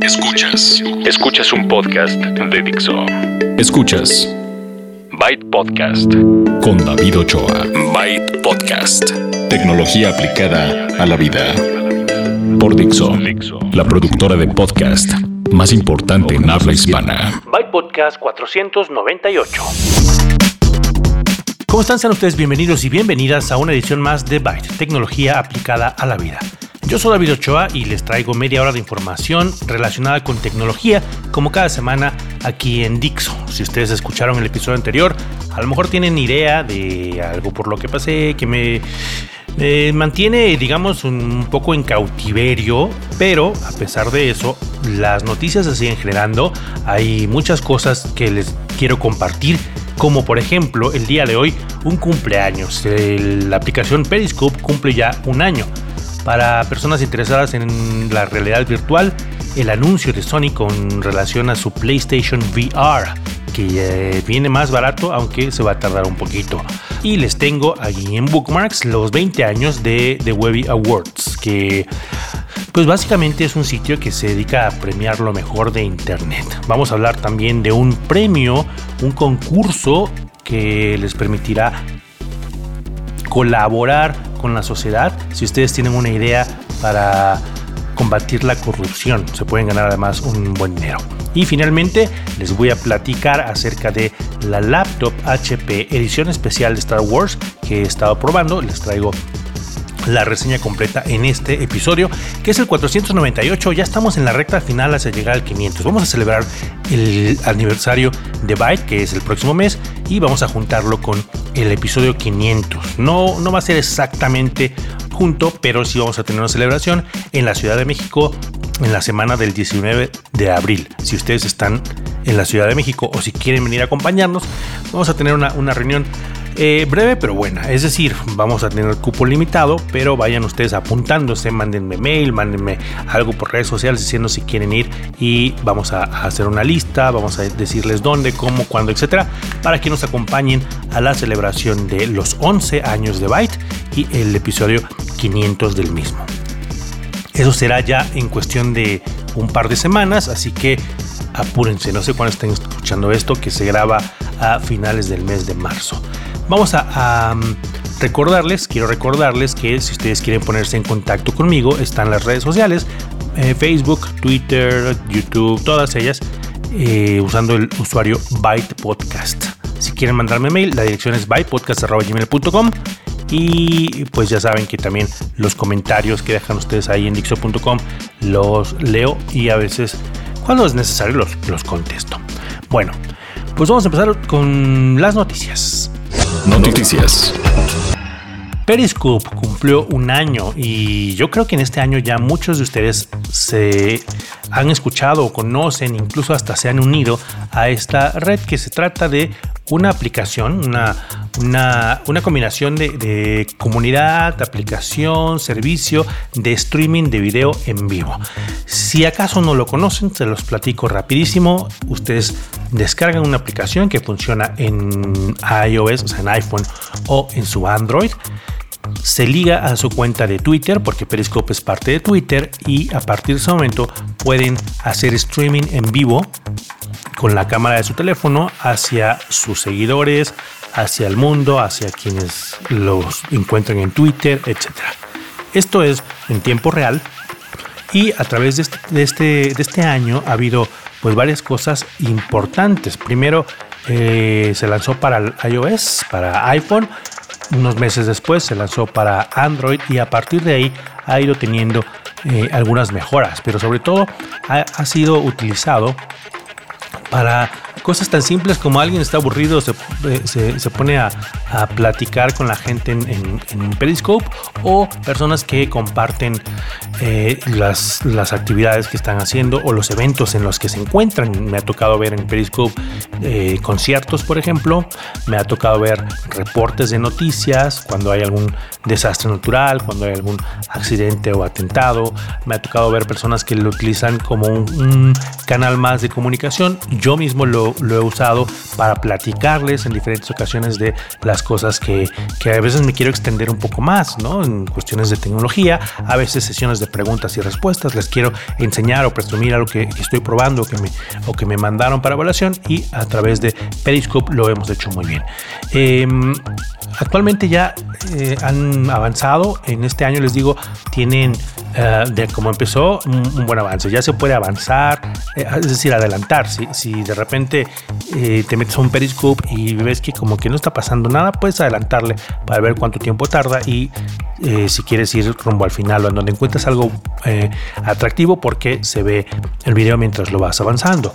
Escuchas un podcast de Dixo. Escuchas Byte Podcast con David Ochoa. Byte Podcast. Tecnología aplicada a la vida. Por Dixo, la productora de podcast más importante en habla hispana. Byte Podcast 498. ¿Cómo están? Sean ustedes bienvenidos y bienvenidas a una edición más de Byte, tecnología aplicada a la vida. Yo soy David Ochoa y les traigo media hora de información relacionada con tecnología, como cada semana aquí en Dixo. Si ustedes escucharon el episodio anterior, a lo mejor tienen idea de algo por lo que pasé, que me mantiene, digamos, un poco en cautiverio, pero a pesar de eso, las noticias se siguen generando. Hay muchas cosas que les quiero compartir, como por ejemplo, el día de hoy, un cumpleaños. La aplicación Periscope cumple ya un año. Para personas interesadas en la realidad virtual, el anuncio de Sony con relación a su PlayStation VR, que viene más barato, aunque se va a tardar un poquito. Y les tengo ahí en Bookmarks los 20 años de The Webby Awards, que pues básicamente es un sitio que se dedica a premiar lo mejor de Internet. Vamos a hablar también de un premio, un concurso que les permitirá colaborar con la sociedad. Si ustedes tienen una idea para combatir la corrupción, se pueden ganar además un buen dinero. Y finalmente les voy a platicar acerca de la laptop HP edición especial de Star Wars que he estado probando. Les traigo la reseña completa en este episodio, que es el 498. Ya estamos en la recta final hacia llegar al 500. Vamos a celebrar el aniversario de Byte, que es el próximo mes, y vamos a juntarlo con el episodio 500. No va a ser exactamente junto, pero sí vamos a tener una celebración en la Ciudad de México en la semana del 19 de abril. Si ustedes están en la Ciudad de México o si quieren venir a acompañarnos, vamos a tener una reunión breve pero buena. Es decir, vamos a tener cupo limitado, pero vayan ustedes apuntándose, mándenme mail, mándenme algo por redes sociales diciendo si quieren ir, y vamos a hacer una lista, vamos a decirles dónde, cómo, cuándo, etcétera, para que nos acompañen a la celebración de los 11 años de Byte y el episodio 500 del mismo. Eso será ya en cuestión de un par de semanas, así que apúrense. No sé cuándo estén escuchando esto, que se graba a finales del mes de marzo. Vamos a quiero recordarles que si ustedes quieren ponerse en contacto conmigo, están las redes sociales, Facebook, Twitter, YouTube, todas ellas, usando el usuario Byte Podcast. Si quieren mandarme mail, la dirección es bytepodcast@gmail.com. Y pues ya saben que también los comentarios que dejan ustedes ahí en Dixo.com los leo y a veces, cuando es necesario, los contesto. Bueno, pues vamos a empezar con las noticias. Noticias. Periscope cumplió un año y yo creo que en este año ya muchos de ustedes se han escuchado o conocen, incluso hasta se han unido a esta red, que se trata de una aplicación, una combinación de comunidad, aplicación, servicio de streaming de video en vivo. Si acaso no lo conocen, se los platico rapidísimo. Ustedes descargan una aplicación que funciona en iOS, o sea en iPhone, o en su Android. Se liga a su cuenta de Twitter, porque Periscope es parte de Twitter, y a partir de ese momento pueden hacer streaming en vivo con la cámara de su teléfono hacia sus seguidores, hacia el mundo, hacia quienes los encuentran en Twitter, etc. Esto es en tiempo real, y a través de este año ha habido pues varias cosas importantes. Primero, se lanzó para el iOS, para iPhone. Unos meses después se lanzó para Android, y a partir de ahí ha ido teniendo algunas mejoras, pero sobre todo ha sido utilizado para cosas tan simples como alguien está aburrido, se pone a platicar con la gente en Periscope, o personas que comparten las actividades que están haciendo o los eventos en los que se encuentran. Me ha tocado ver en Periscope conciertos, por ejemplo. Me ha tocado ver reportes de noticias cuando hay algún desastre natural, cuando hay algún accidente o atentado. Me ha tocado ver personas que lo utilizan como un canal más de comunicación. Yo mismo lo he usado para platicarles en diferentes ocasiones de la las cosas que a veces me quiero extender un poco más, ¿no? En cuestiones de tecnología, a veces sesiones de preguntas y respuestas, les quiero enseñar o presumir algo que estoy probando o que me mandaron para evaluación, y a través de Periscope lo hemos hecho muy bien. Actualmente ya han avanzado. En este año, les digo, tienen de cómo empezó un buen avance. Ya se puede avanzar, es decir, adelantar. Si de repente te metes a un Periscope y ves que como que no está pasando nada, puedes adelantarle para ver cuánto tiempo tarda, y si quieres ir rumbo al final o en donde encuentras algo atractivo, porque se ve el video mientras lo vas avanzando.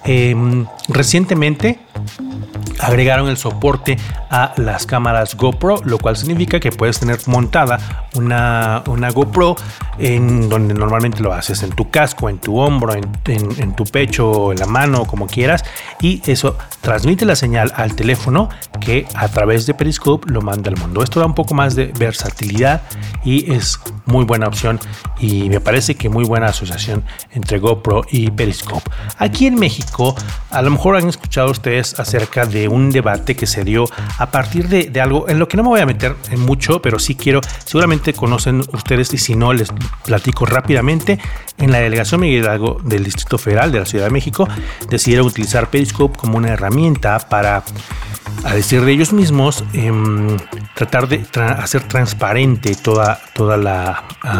Recientemente agregaron el soporte a las cámaras GoPro, lo cual significa que puedes tener montada una GoPro en donde normalmente lo haces, en tu casco, en tu hombro, en tu pecho, en la mano, como quieras, y eso transmite la señal al teléfono, que a través de Periscope lo manda al mundo. Esto da un poco más de versatilidad y es muy buena opción, y me parece que muy buena asociación entre GoPro y Periscope. Aquí en México, a lo mejor han escuchado ustedes acerca de un debate que se dio a partir de algo en lo que no me voy a meter en mucho, pero sí quiero, seguramente conocen ustedes, y si no les platico rápidamente. En la delegación Miguel Hidalgo del Distrito Federal de la Ciudad de México decidieron utilizar Periscope como una herramienta para, a decir de ellos mismos, tratar de hacer transparente toda la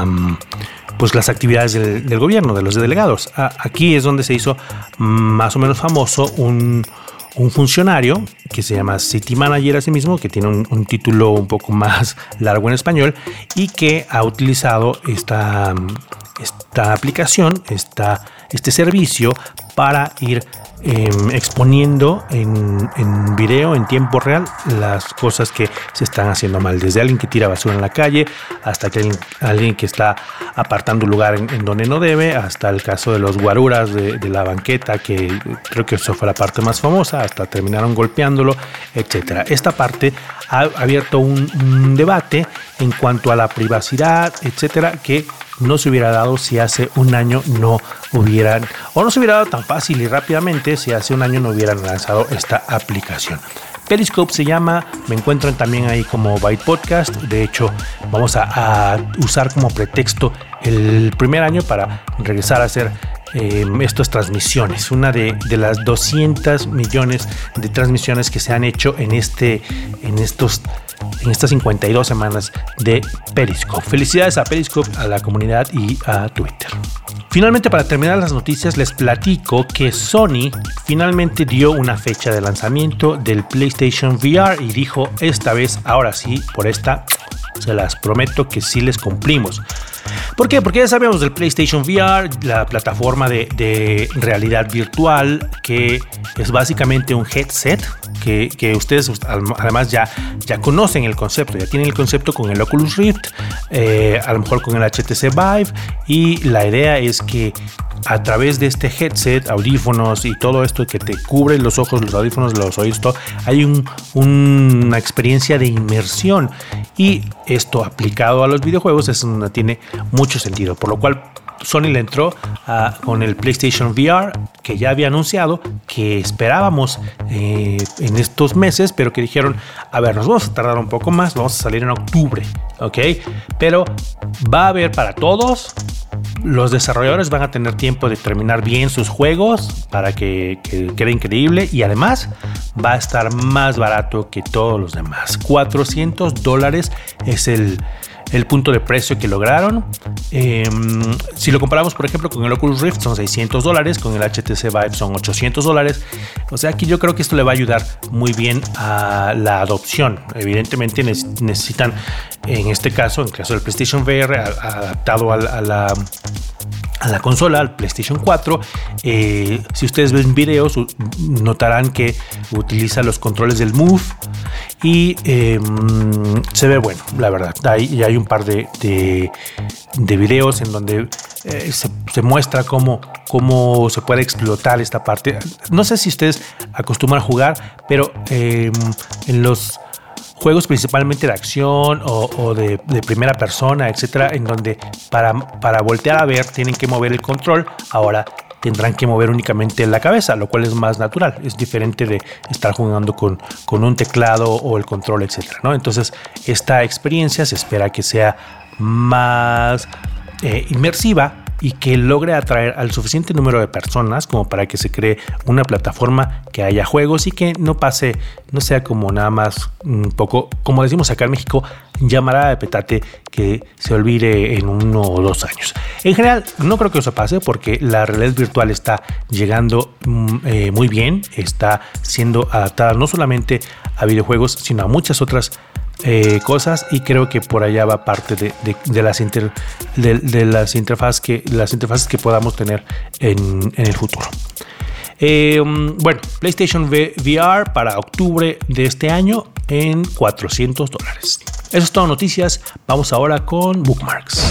pues las actividades del gobierno, de los delegados. Aquí es donde se hizo más o menos famoso un funcionario que se llama City Manager, así mismo, que tiene un título un poco más largo en español, y que ha utilizado esta aplicación, este servicio, para ir exponiendo en video, en tiempo real, las cosas que se están haciendo mal, desde alguien que tira basura en la calle, hasta alguien que está apartando un lugar en donde no debe, hasta el caso de los guaruras de la banqueta, que creo que eso fue la parte más famosa, hasta terminaron golpeándolo, etcétera. Esta parte ha abierto un debate en cuanto a la privacidad, etcétera, que no se hubiera dado si hace un año no se hubiera dado tan fácil y rápidamente si hace un año no hubieran lanzado esta aplicación. Periscope se llama, me encuentran también ahí como Byte Podcast. De hecho, vamos a usar como pretexto el primer año para regresar a hacer estas transmisiones, una de las 200 millones de transmisiones que se han hecho en estas 52 semanas de Periscope. Felicidades a Periscope, a la comunidad y a Twitter. Finalmente, para terminar las noticias, les platico que Sony finalmente dio una fecha de lanzamiento del PlayStation VR y dijo: esta vez, ahora sí, por esta se las prometo que sí les cumplimos. ¿Por qué? Porque ya sabemos del PlayStation VR, la plataforma de realidad virtual, que es básicamente un headset que ustedes además ya conocen el concepto, ya tienen el concepto con el Oculus Rift, a lo mejor con el HTC Vive, y la idea es que a través de este headset, audífonos y todo esto que te cubre los ojos, los audífonos, los oídos, todo, hay una experiencia de inmersión, y esto aplicado a los videojuegos tiene mucho sentido, por lo cual Sony le entró con el PlayStation VR, que ya había anunciado, que esperábamos en estos meses, pero que dijeron: a ver, nos vamos a tardar un poco más, vamos a salir en octubre, ¿ok? Pero va a haber para todos. Los desarrolladores van a tener tiempo de terminar bien sus juegos para que quede increíble, y además va a estar más barato que todos los demás. $400 es el punto de precio que lograron. Si lo comparamos, por ejemplo, con el Oculus Rift, son $600, con el HTC Vive son $800. O sea que yo creo que esto le va a ayudar muy bien a la adopción. Evidentemente necesitan, en este caso, en el caso del PlayStation VR, adaptado a la consola, al PlayStation 4. Si ustedes ven videos, notarán que utiliza los controles del Move, y se ve bueno, la verdad. Hay un par de videos en donde se muestra cómo se puede explotar esta parte. No sé si ustedes acostumbran a jugar, pero en los juegos principalmente de acción o de primera persona, etcétera, en donde para voltear a ver tienen que mover el control. Ahora tendrán que mover únicamente la cabeza, lo cual es más natural. Es diferente de estar jugando con un teclado o el control, etcétera, ¿no? Entonces, esta experiencia se espera que sea más inmersiva y que logre atraer al suficiente número de personas como para que se cree una plataforma que haya juegos y que no sea como nada más un poco, como decimos acá en México, llamarada de petate, que se olvide en 1 o 2 años. En general, no creo que eso pase porque la realidad virtual está llegando muy bien, está siendo adaptada no solamente a videojuegos, sino a muchas otras cosas, y creo que por allá va parte de las interfaces que podamos tener en el futuro. Bueno, PlayStation VR para octubre de este año en $400. Eso es todo, noticias. Vamos ahora con Bookmarks.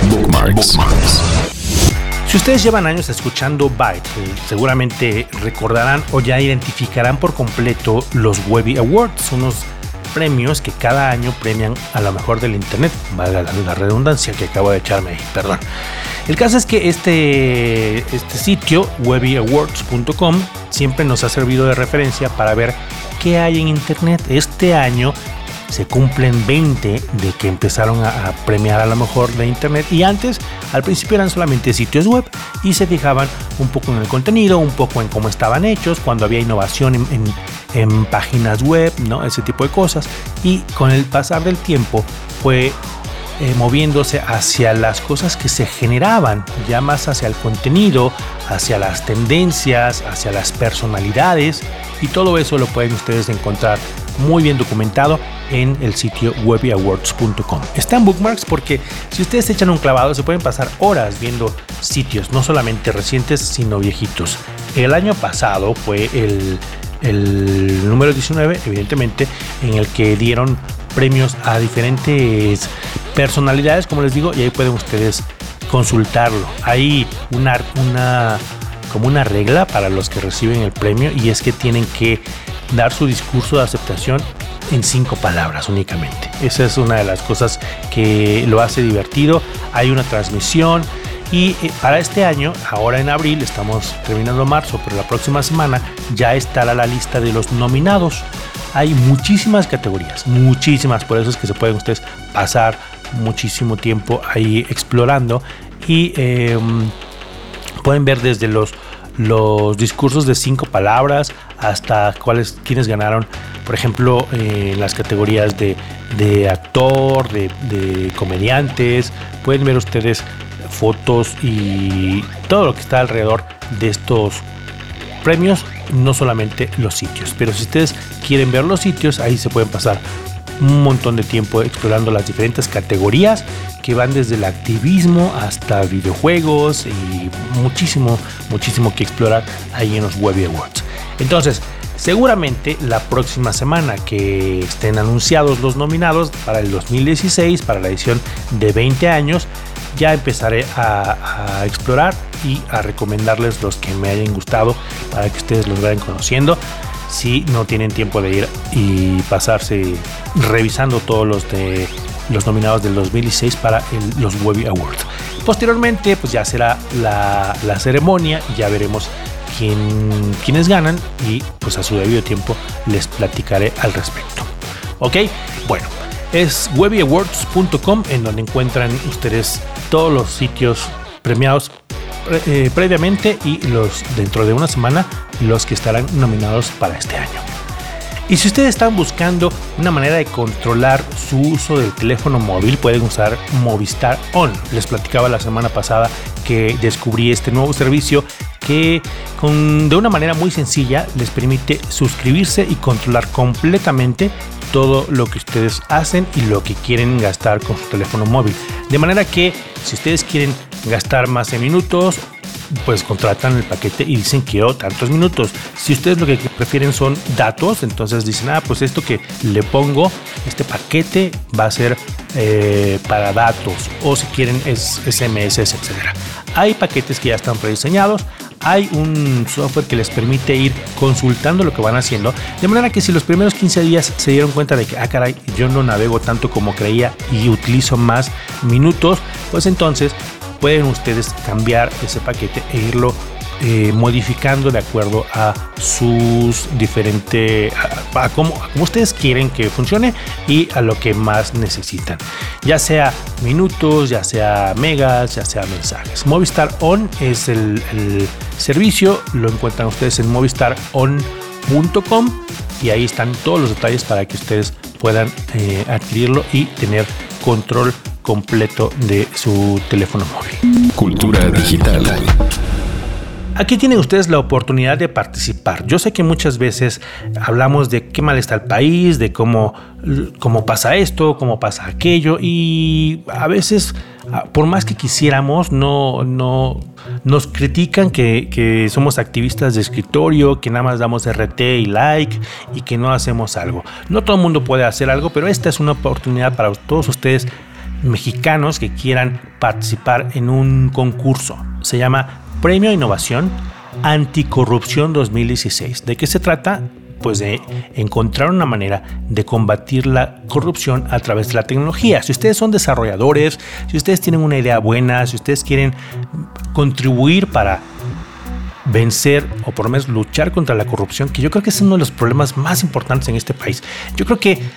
Si ustedes llevan años escuchando Byte, seguramente recordarán o ya identificarán por completo los Webby Awards, unos premios que cada año premian a lo mejor del internet, valga la redundancia que acabo de echarme ahí, perdón. El caso es que este sitio, webbyawards.com, siempre nos ha servido de referencia para ver qué hay en internet. Este año se cumplen 20 de que empezaron a premiar a lo mejor de internet, y antes, al principio, eran solamente sitios web y se fijaban un poco en el contenido, un poco en cómo estaban hechos, cuando había innovación en páginas web, ¿no? Ese tipo de cosas. Y con el pasar del tiempo fue moviéndose hacia las cosas que se generaban, ya más hacia el contenido, hacia las tendencias, hacia las personalidades, y todo eso lo pueden ustedes encontrar muy bien documentado en el sitio webbyawards.com. Está en Bookmarks porque si ustedes echan un clavado se pueden pasar horas viendo sitios, no solamente recientes sino viejitos. El año pasado fue el número 19, evidentemente, en el que dieron premios a diferentes personalidades, como les digo, y ahí pueden ustedes consultarlo. Hay como una regla para los que reciben el premio, y es que tienen que dar su discurso de aceptación en 5 palabras únicamente. Esa es una de las cosas que lo hace divertido. Hay una transmisión, y para este año, ahora en abril, estamos terminando marzo, pero la próxima semana ya estará la lista de los nominados. Hay muchísimas categorías, muchísimas, por eso es que se pueden ustedes pasar muchísimo tiempo ahí explorando, y pueden ver desde los discursos de 5 palabras hasta quienes ganaron, por ejemplo, en las categorías de actor, de comediantes. Pueden ver ustedes fotos y todo lo que está alrededor de estos premios, no solamente los sitios. Pero si ustedes quieren ver los sitios, ahí se pueden pasar un montón de tiempo explorando las diferentes categorías que van desde el activismo hasta videojuegos, y muchísimo que explorar ahí en los Webby Awards. Entonces, seguramente la próxima semana que estén anunciados los nominados para el 2016, para la edición de 20 años, ya empezaré a explorar y a recomendarles los que me hayan gustado para que ustedes los vayan conociendo. Si no tienen tiempo de ir y pasarse revisando todos los nominados del 2016 para los Webby Awards. Posteriormente, pues ya será la ceremonia y ya veremos quiénes ganan, y pues a su debido tiempo les platicaré al respecto. Ok, bueno, es webbyawards.com en donde encuentran ustedes todos los sitios premiados previamente, y dentro de una semana los que estarán nominados para este año. Y si ustedes están buscando una manera de controlar su uso del teléfono móvil, pueden usar Movistar On. Les platicaba la semana pasada que descubrí este nuevo servicio que de una manera muy sencilla les permite suscribirse y controlar completamente todo lo que ustedes hacen y lo que quieren gastar con su teléfono móvil. De manera que si ustedes quieren gastar más en minutos, pues contratan el paquete y dicen quiero tantos minutos. Si ustedes lo que prefieren son datos, entonces dicen pues esto que le pongo, este paquete va a ser para datos, o si quieren es SMS, etcétera. Hay paquetes que ya están prediseñados. Hay un software que les permite ir consultando lo que van haciendo, de manera que si los primeros 15 días se dieron cuenta de que caray, yo no navego tanto como creía y utilizo más minutos, pues entonces pueden ustedes cambiar ese paquete e irlo modificando de acuerdo a sus diferentes, a cómo ustedes quieren que funcione y a lo que más necesitan, ya sea minutos, ya sea megas, ya sea mensajes. Movistar On es el servicio, lo encuentran ustedes en movistaron.com y ahí están todos los detalles para que ustedes puedan adquirirlo y tener control completo de su teléfono móvil. Cultura digital. Aquí tienen ustedes la oportunidad de participar. Yo sé que muchas veces hablamos de qué mal está el país, de cómo pasa esto, cómo pasa aquello, y a veces, por más que quisiéramos, no nos critican que somos activistas de escritorio, que nada más damos RT y like y que no hacemos algo. No todo el mundo puede hacer algo, pero esta es una oportunidad para todos ustedes mexicanos que quieran participar en un concurso. Se llama Premio Innovación Anticorrupción 2016. ¿De qué se trata? Pues de encontrar una manera de combatir la corrupción a través de la tecnología. Si ustedes son desarrolladores, si ustedes tienen una idea buena, si ustedes quieren contribuir para vencer o por lo menos luchar contra la corrupción, que yo creo que es uno de los problemas más importantes en este país. Yo creo que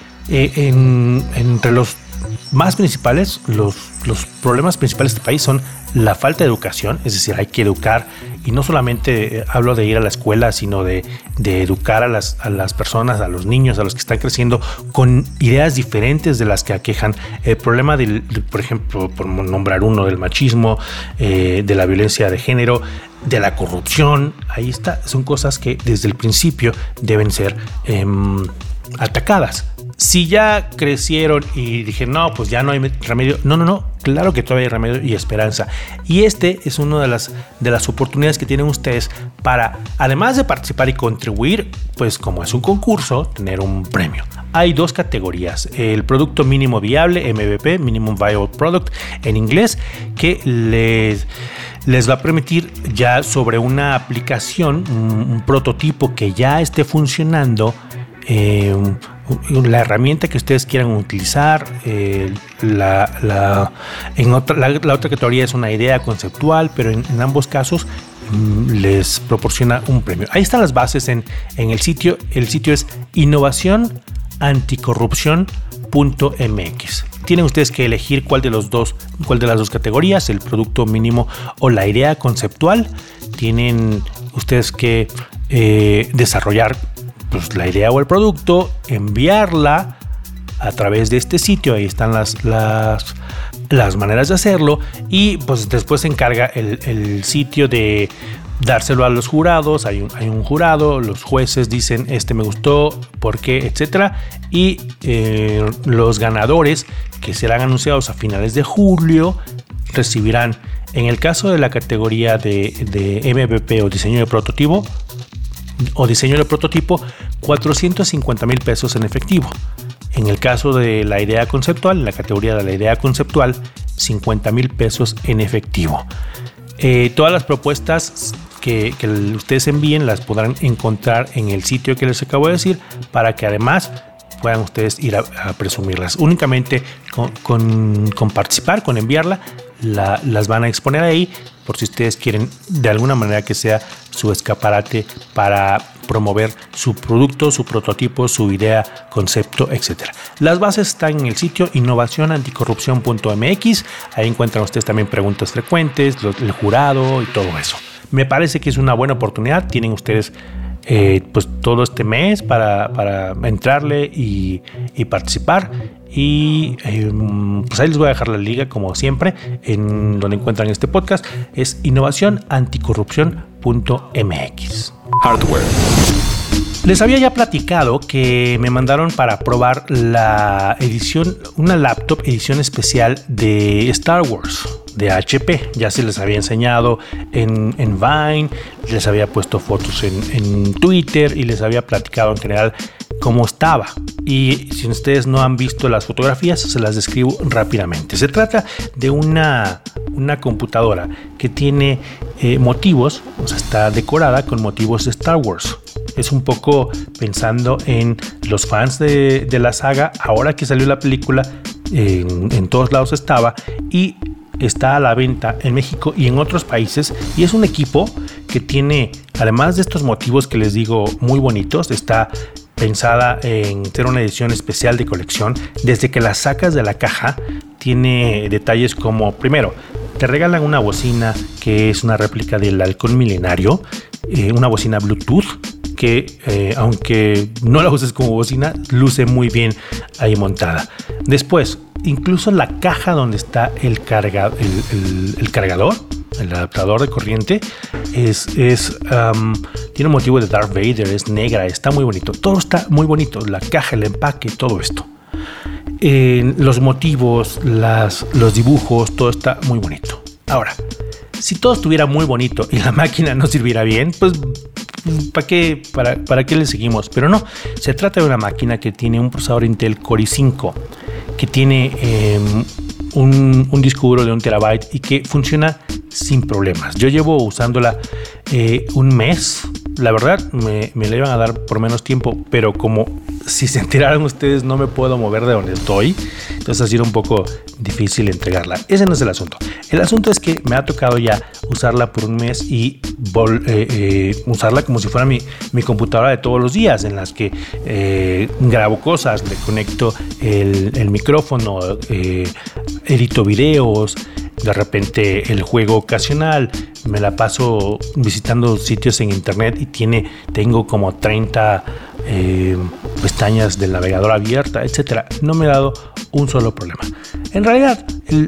entre los más principales, los problemas principales de este país son la falta de educación, es decir, hay que educar, y no solamente hablo de ir a la escuela, sino de educar a las personas, a los niños, a los que están creciendo con ideas diferentes de las que aquejan el problema por ejemplo, por nombrar uno, del machismo, de la violencia de género, de la corrupción. Ahí está, son cosas que desde el principio deben ser atacadas. Si ya crecieron y dije, no, pues ya no hay remedio. No, claro que todavía hay remedio y esperanza. Y este es una de las oportunidades que tienen ustedes para, además de participar y contribuir, pues como es un concurso, tener un premio. Hay dos categorías: el producto mínimo viable, MVP, Minimum Viable Product en inglés, que les va a permitir ya sobre una aplicación, un prototipo que ya esté funcionando, la herramienta que ustedes quieran utilizar. La otra categoría es una idea conceptual, pero en ambos casos les proporciona un premio. Ahí están las bases en el sitio. El sitio es innovacionanticorrupción.mx. Tienen ustedes que elegir cuál de las dos categorías, el producto mínimo o la idea conceptual. Tienen ustedes que desarrollar pues la idea o el producto, enviarla a través de este sitio. Ahí están las maneras de hacerlo, y pues después se encarga el sitio de dárselo a los jurados. Hay un jurado, los jueces dicen me gustó, por qué, etcétera, y los ganadores, que serán anunciados a finales de julio, recibirán, en el caso de la categoría de MVP o diseño de prototipo, 450,000 pesos en efectivo. En el caso de la idea conceptual, en la categoría de la idea conceptual, 50,000 pesos en efectivo. Todas las propuestas que ustedes envíen las podrán encontrar en el sitio que les acabo de decir, para que además puedan ustedes ir a presumirlas. Únicamente con participar, con enviarla, las van a exponer ahí, por si ustedes quieren de alguna manera que sea su escaparate para promover su producto, su prototipo, su idea, concepto, etc. Las bases están en el sitio innovacionanticorrupción.mx. Ahí encuentran ustedes también preguntas frecuentes, el jurado y todo eso. Me parece que es una buena oportunidad. Tienen ustedes pues todo este mes para entrarle y participar. Y pues ahí les voy a dejar la liga, como siempre, en donde encuentran este podcast. Es innovacionanticorrupción.mx. Hardware. Les había ya platicado que me mandaron para probar la edición, una laptop edición especial de Star Wars de HP. Ya se les había enseñado en Vine, les había puesto fotos en Twitter y les había platicado en general cómo estaba. Y si ustedes no han visto las fotografías, se las describo rápidamente. Se trata de una computadora que tiene motivos, o sea, está decorada con motivos de Star Wars. Es un poco pensando en los fans de la saga. Ahora que salió la película, en todos lados estaba, y está a la venta en México y en otros países. Y es un equipo que tiene, además de estos motivos que les digo muy bonitos, está pensada en ser una edición especial de colección. Desde que la sacas de la caja tiene detalles como, primero, te regalan una bocina que es una réplica del Halcón Milenario, una bocina Bluetooth que aunque no la uses como bocina, luce muy bien ahí montada. Después, incluso la caja donde está el cargador, el adaptador de corriente, tiene un motivo de Darth Vader, es negra, está muy bonito. Todo está muy bonito, la caja, el empaque, todo esto. Los motivos, los dibujos, todo está muy bonito. Ahora, si todo estuviera muy bonito y la máquina no sirviera bien, pues ¿para qué le seguimos? Pero no, se trata de una máquina que tiene un procesador Intel Core i5, que tiene un disco duro de 1 terabyte y que funciona sin problemas. Yo llevo usándola un mes. La verdad me la iban a dar por menos tiempo, pero como si se enteraran ustedes no me puedo mover de donde estoy, entonces ha sido un poco difícil entregarla. Ese no es el asunto. El asunto es que me ha tocado ya usarla por un mes y usarla como si fuera mi computadora de todos los días, en las que grabo cosas, le conecto el micrófono, edito videos, de repente el juego ocasional, me la paso visitando sitios en internet y tengo como 30 pestañas del navegador abierta, etcétera. No me ha dado un solo problema. En realidad,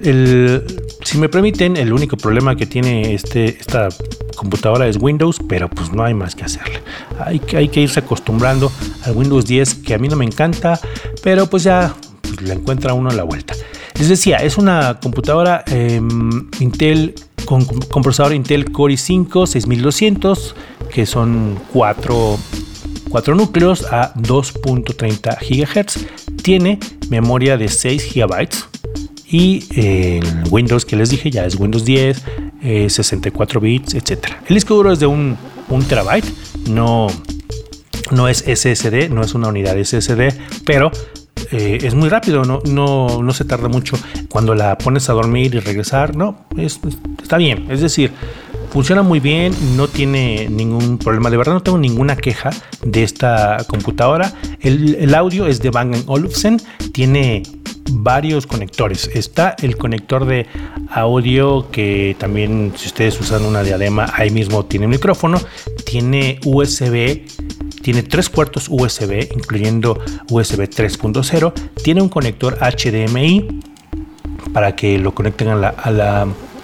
si me permiten, el único problema que tiene esta computadora es Windows, pero pues no hay más que hacerle. Hay que irse acostumbrando al Windows 10, que a mí no me encanta, pero pues ya le encuentra uno la vuelta. Les decía, es una computadora Intel con procesador Intel Core i5 6200, que son 4 núcleos a 2.30 GHz. Tiene memoria de 6 GB y el Windows que les dije ya es Windows 10, 64 bits, etc. El disco duro es de un terabyte, no es SSD, no es una unidad SSD, pero es muy rápido, no se tarda mucho cuando la pones a dormir y regresar. Está bien, es decir, funciona muy bien, no tiene ningún problema. De verdad no tengo ninguna queja de esta computadora. El audio es de Bang & Olufsen, tiene varios conectores. Está el conector de audio que también, si ustedes usan una diadema, ahí mismo tiene micrófono. Tiene USB, tiene 3 puertos USB, incluyendo USB 3.0. Tiene un conector HDMI para que lo conecten a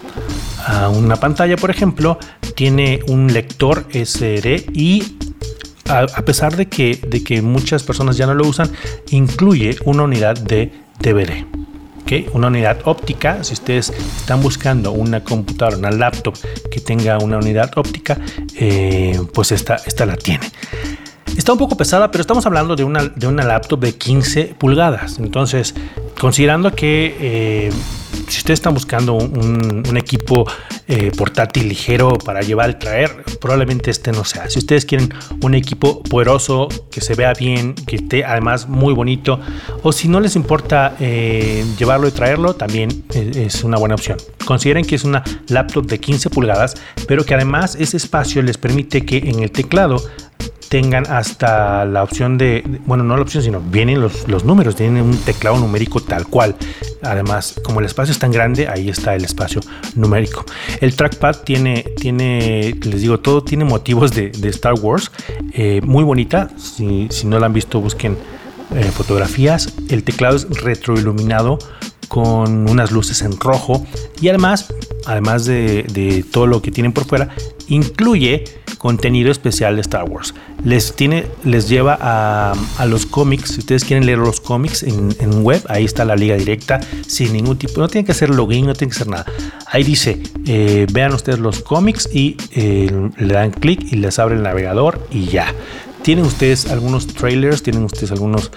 una pantalla, por ejemplo. Tiene un lector SD y a pesar de que muchas personas ya no lo usan, incluye una unidad de DVD. ¿Okay? Una unidad óptica. Si ustedes están buscando una computadora, una laptop que tenga una unidad óptica, pues esta la tiene. Está un poco pesada, pero estamos hablando de una laptop de 15 pulgadas. Entonces, considerando que si ustedes están buscando un equipo portátil ligero para llevar y traer, probablemente este no sea. Si ustedes quieren un equipo poderoso, que se vea bien, que esté además muy bonito, o si no les importa llevarlo y traerlo, también es una buena opción. Consideren que es una laptop de 15 pulgadas, pero que además ese espacio les permite que en el teclado tengan hasta la opción no la opción, sino vienen los números, tienen un teclado numérico tal cual. Además, como el espacio es tan grande, ahí está el espacio numérico. El trackpad tiene, les digo, todo tiene motivos de Star Wars, muy bonita. Si no la han visto, busquen fotografías. El teclado es retroiluminado con unas luces en rojo y además de todo lo que tienen por fuera, incluye contenido especial de Star Wars. Les lleva a los cómics. Si ustedes quieren leer los cómics en web, ahí está la liga directa sin ningún tipo, no tienen que hacer login, no tienen que hacer nada. Ahí dice, vean ustedes los cómics y le dan clic y les abre el navegador y ya. Tienen ustedes algunos trailers, tienen ustedes algunos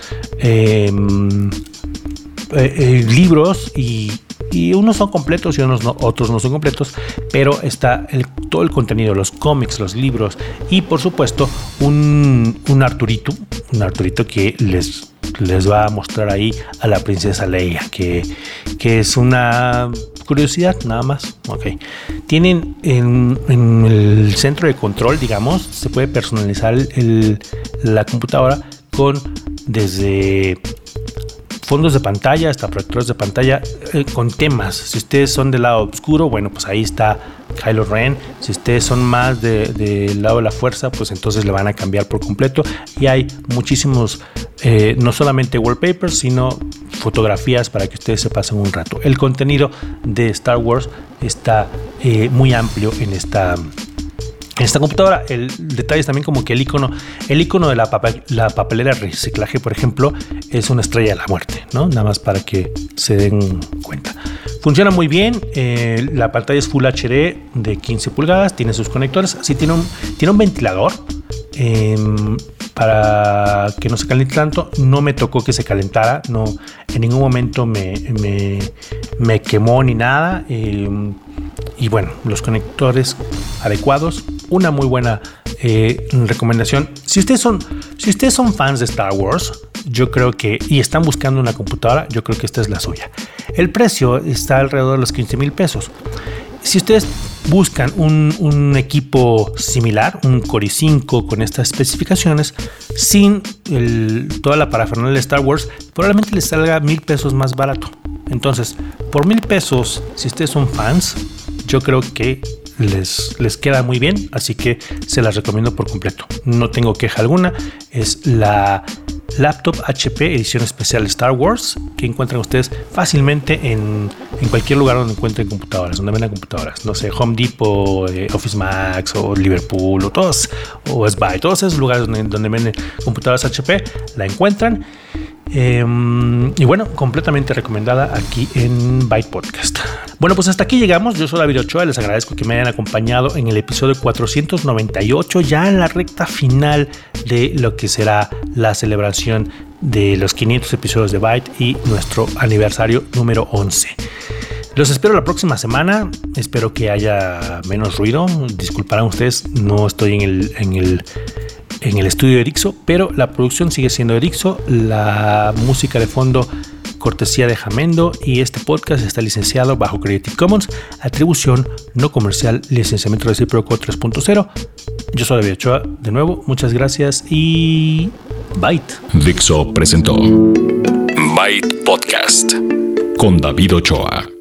libros y unos son completos y otros no son completos, pero está todo el contenido, los cómics, los libros y por supuesto un Arturito que les les va a mostrar ahí a la princesa Leia, que es una curiosidad nada más. Okay. Tienen en el centro de control, digamos, se puede personalizar la computadora con desde fondos de pantalla hasta proyectores de pantalla con temas. Si ustedes son del lado oscuro, bueno, pues ahí está Kylo Ren. Si ustedes son más del lado de la fuerza, pues entonces le van a cambiar por completo. Y hay muchísimos, no solamente wallpapers, sino fotografías para que ustedes se pasen un rato. El contenido de Star Wars está muy amplio en esta computadora. El detalle es también como que el icono de la papelera de reciclaje, por ejemplo, es una estrella de la muerte, ¿no? Nada más para que se den cuenta. Funciona muy bien. La pantalla es Full HD de 15 pulgadas, tiene sus conectores, sí tiene un ventilador para que no se caliente tanto. No me tocó que se calentara, no, en ningún momento me quemó ni nada. Y bueno, los conectores adecuados, una muy buena recomendación. Si ustedes son fans de Star Wars, yo creo que, y están buscando una computadora, yo creo que esta es la suya. El precio está alrededor de los 15,000 pesos. Si ustedes buscan un equipo similar, un Core i5 con estas especificaciones, sin toda la parafernalia de Star Wars, probablemente les salga 1,000 pesos más barato. Entonces, por 1,000 pesos, si ustedes son fans, yo creo que les queda muy bien, así que se las recomiendo por completo. No tengo queja alguna. Es la laptop HP edición especial Star Wars, que encuentran ustedes fácilmente en cualquier lugar donde encuentren computadoras, donde vendan computadoras, no sé, Home Depot, Office Max o Liverpool o Best Buy, todos esos lugares donde venden computadoras HP, la encuentran. Y bueno, completamente recomendada aquí en Byte Podcast. Bueno, pues hasta aquí llegamos. Yo soy David Ochoa, les agradezco que me hayan acompañado en el episodio 498, ya en la recta final de lo que será la celebración de los 500 episodios de Byte y nuestro aniversario número 11. Los espero la próxima semana. Espero que haya menos ruido. Disculparán ustedes, no estoy en el estudio de Erixo, pero la producción sigue siendo Erixo, la música de fondo cortesía de Jamendo, y este podcast está licenciado bajo Creative Commons, atribución no comercial, licenciamiento recíproco 3.0. Yo soy David Ochoa, de nuevo, muchas gracias y Byte. Dixo presentó Byte Podcast con David Ochoa.